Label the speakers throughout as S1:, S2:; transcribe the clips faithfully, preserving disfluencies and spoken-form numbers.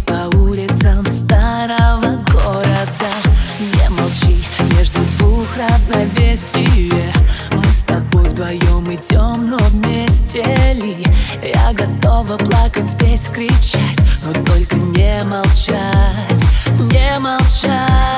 S1: по улицам старого города. Не молчи, между двух равновесие. Мы с тобой вдвоем идем, но вместе ли? Я готова плакать, спеть, кричать, но только не молчать, не молчать.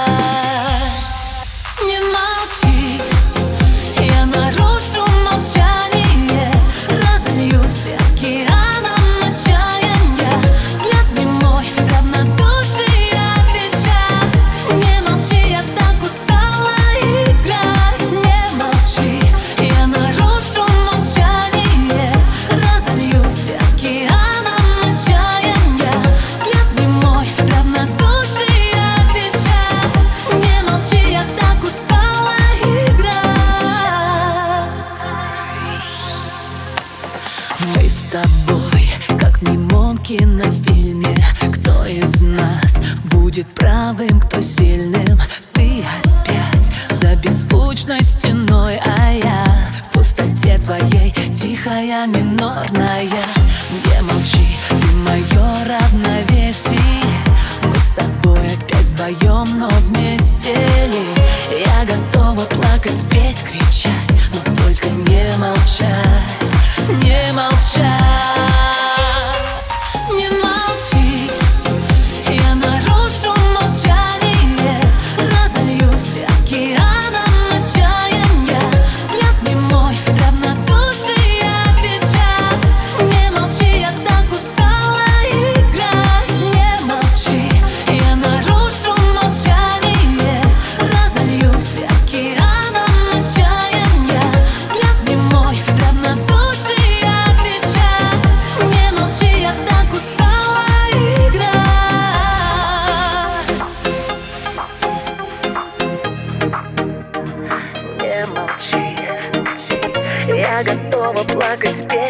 S1: Не молчи, я нарушу молчание, разольюсь океаном отчаяния. Взгляд не мой, равнодушие отвечать. Не молчи, я так устала играть. Не молчи, я нарушу молчание, разольюсь океаном отчаяния. Взгляд не мой, равнодушие отвечать. Не молчи, я так устала играть. Мы с тобой, как в немом кинофильме. Кто из нас будет правым, кто сильным? Ты опять за беззвучной стеной, а я в пустоте твоей, тихая, минорная. Не молчи, ты мое равновесие. Мы с тобой опять вдвоем, но вместе ли? Я готова плакать, спеть, кричать, но только не молчать, не молчать. Не молчи, я нарушу молчание, разольюсь океаном отчаяния. Взгляд не мой, равнодушие отвечать. Не молчи, я так устала играть. Не молчи, я нарушу молчание, разольюсь океаном отчаяния. Взгляд не мой, равнодушие отвечать. Не молчи, я так устала играть. Не молчи, я готова плакать, петь.